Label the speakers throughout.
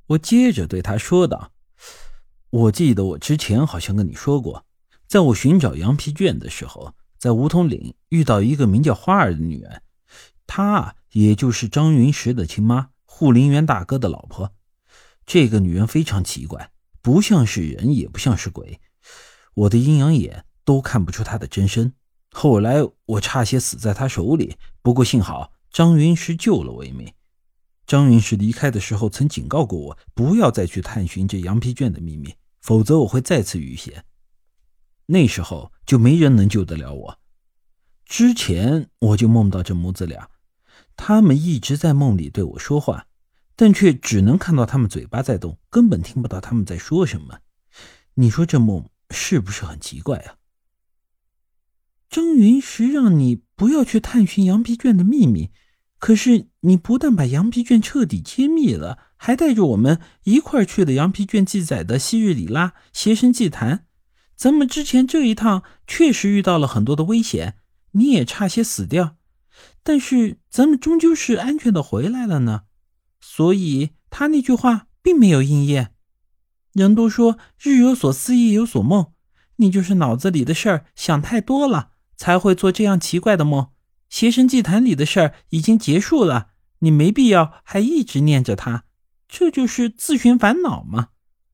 Speaker 1: 我接着对他说道：我记得我之前好像跟你说过，在我寻找羊皮卷的时候，在梧桐岭遇到一个名叫花儿的女人，她也就是张云石的亲妈，护林员大哥的老婆。这个女人非常奇怪，不像是人也不像是鬼，我的阴阳眼都看不出她的真身。后来我差些死在她手里，不过幸好张云石救了我一命。张云石离开的时候曾警告过我，不要再去探寻这羊皮卷的秘密，否则我会再次遇险。那时候就没人能救得了我。之前我就梦到这母子俩，他们一直在梦里对我说话，但却只能看到他们嘴巴在动，根本听不到他们在说什么。你说这梦是不是很奇怪啊？张云石让你不要去探寻羊皮卷的秘密，可是你不但把羊皮卷彻底揭秘了，还带着我们一块去了羊皮卷记载的昔日里拉邪神祭坛。咱们之前这一趟确实遇到了很多的危险，你也差些死掉，但是咱们终究是安全的回来了呢。所以他那句话并没有应验。人都说日有所思夜有所梦，你就是脑子里的事儿想太多了，才会做这样奇怪的梦。邪神祭坛里的事儿已经结束了，你没必要还一直念着它，这就是自寻烦恼嘛。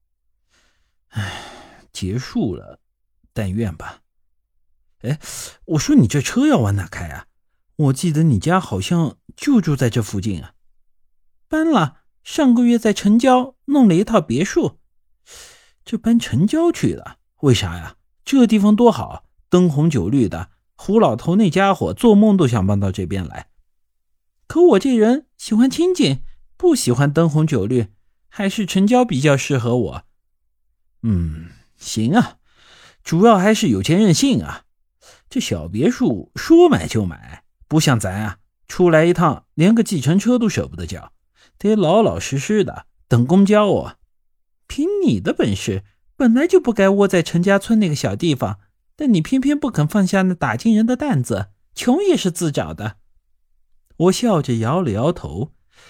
Speaker 1: 结束了，但愿吧。我说你这车要往哪开啊？我记得你家好像就住在这附近啊。搬了，上个月在城郊弄了一套别墅。这搬城郊去了？为啥呀？这地方多好，灯红酒绿的，胡老头那家伙做梦都想搬到这边来。可我这人喜欢清静，不喜欢灯红酒绿，还是城郊比较适合我。行啊，主要还是有钱任性啊。这小别墅说买就买，不像咱啊，出来一趟连个计程车都舍不得叫，得老老实实的等公交啊。凭你的本事，本来就不该窝在陈家村那个小地方，但你偏偏不肯放下那打金人的担子，穷也是自找的。我笑着摇了摇头。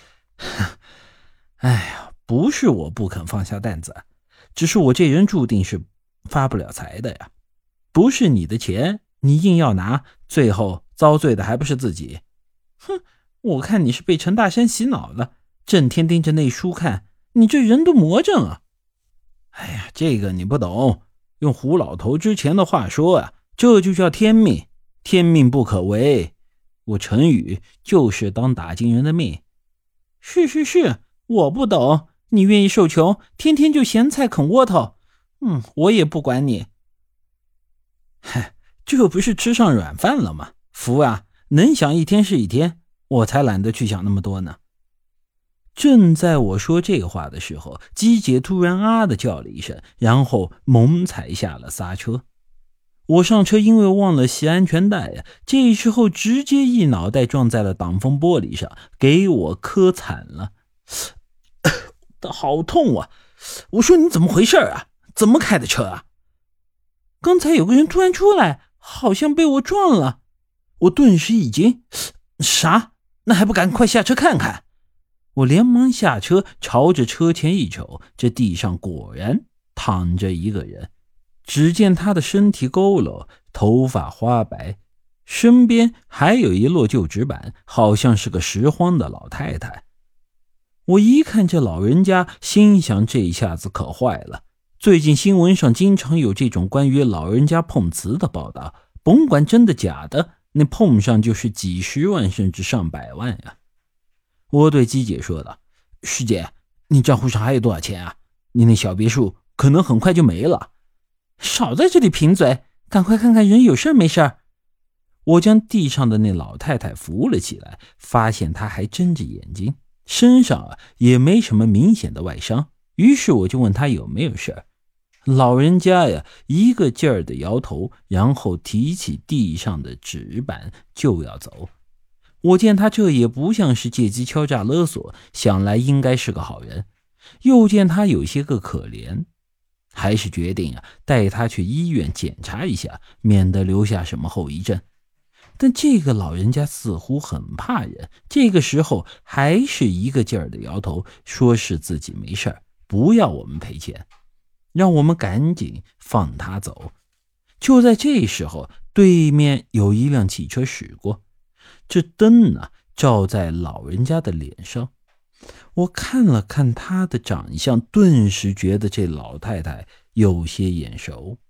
Speaker 1: 哎呀，不是我不肯放下担子，只是我这人注定是发不了财的呀。不是你的钱，你硬要拿，最后遭罪的还不是自己。我看你是被陈大山洗脑了，整天盯着那书看，你这人都魔怔啊。哎呀，这个你不懂，用胡老头之前的话说啊，这就叫天命，天命不可违。我陈宇就是当打金人的命。是，我不懂，你愿意受穷，天天就咸菜啃窝头，我也不管你。这不是吃上软饭了吗？福啊，能想一天是一天，我才懒得去想那么多呢。正在我说这话的时候，姬姐突然啊的叫了一声，然后猛踩下了刹车。我上车因为忘了系安全带呀，这时候直接一脑袋撞在了挡风玻璃上，给我磕惨了。好痛啊！我说你怎么回事啊？怎么开的车啊？刚才有个人突然出来，好像被我撞了。我顿时一惊，啥？那还不赶快下车看看？我连忙下车，朝着车前一瞅，这地上果然躺着一个人。只见他的身体佝偻，头发花白，身边还有一摞旧纸板，好像是个拾荒的老太太。我一看这老人家，心想这下子可坏了。最近新闻上经常有这种关于老人家碰瓷的报道，甭管真的假的，那碰上就是几十万甚至上百万呀。我对姬姐说了，师姐，你账户上还有多少钱啊？你那小别墅可能很快就没了。少在这里贫嘴，赶快看看人有事没事。我将地上的那老太太扶了起来，发现她还睁着眼睛，身上也没什么明显的外伤，于是我就问她有没有事。老人家呀，一个劲儿的摇头，然后提起地上的纸板就要走。我见他这也不像是借机敲诈勒索，想来应该是个好人。又见他有些个可怜，还是决定带他去医院检查一下，免得留下什么后遗症。 但这个老人家似乎很怕人，这个时候还是一个劲儿的摇头，说是自己没事儿，不要我们赔钱，让我们赶紧放他走。就在这时候，对面有一辆汽车驶过，这灯呢照在老人家的脸上。我看了看她的长相，顿时觉得这老太太有些眼熟。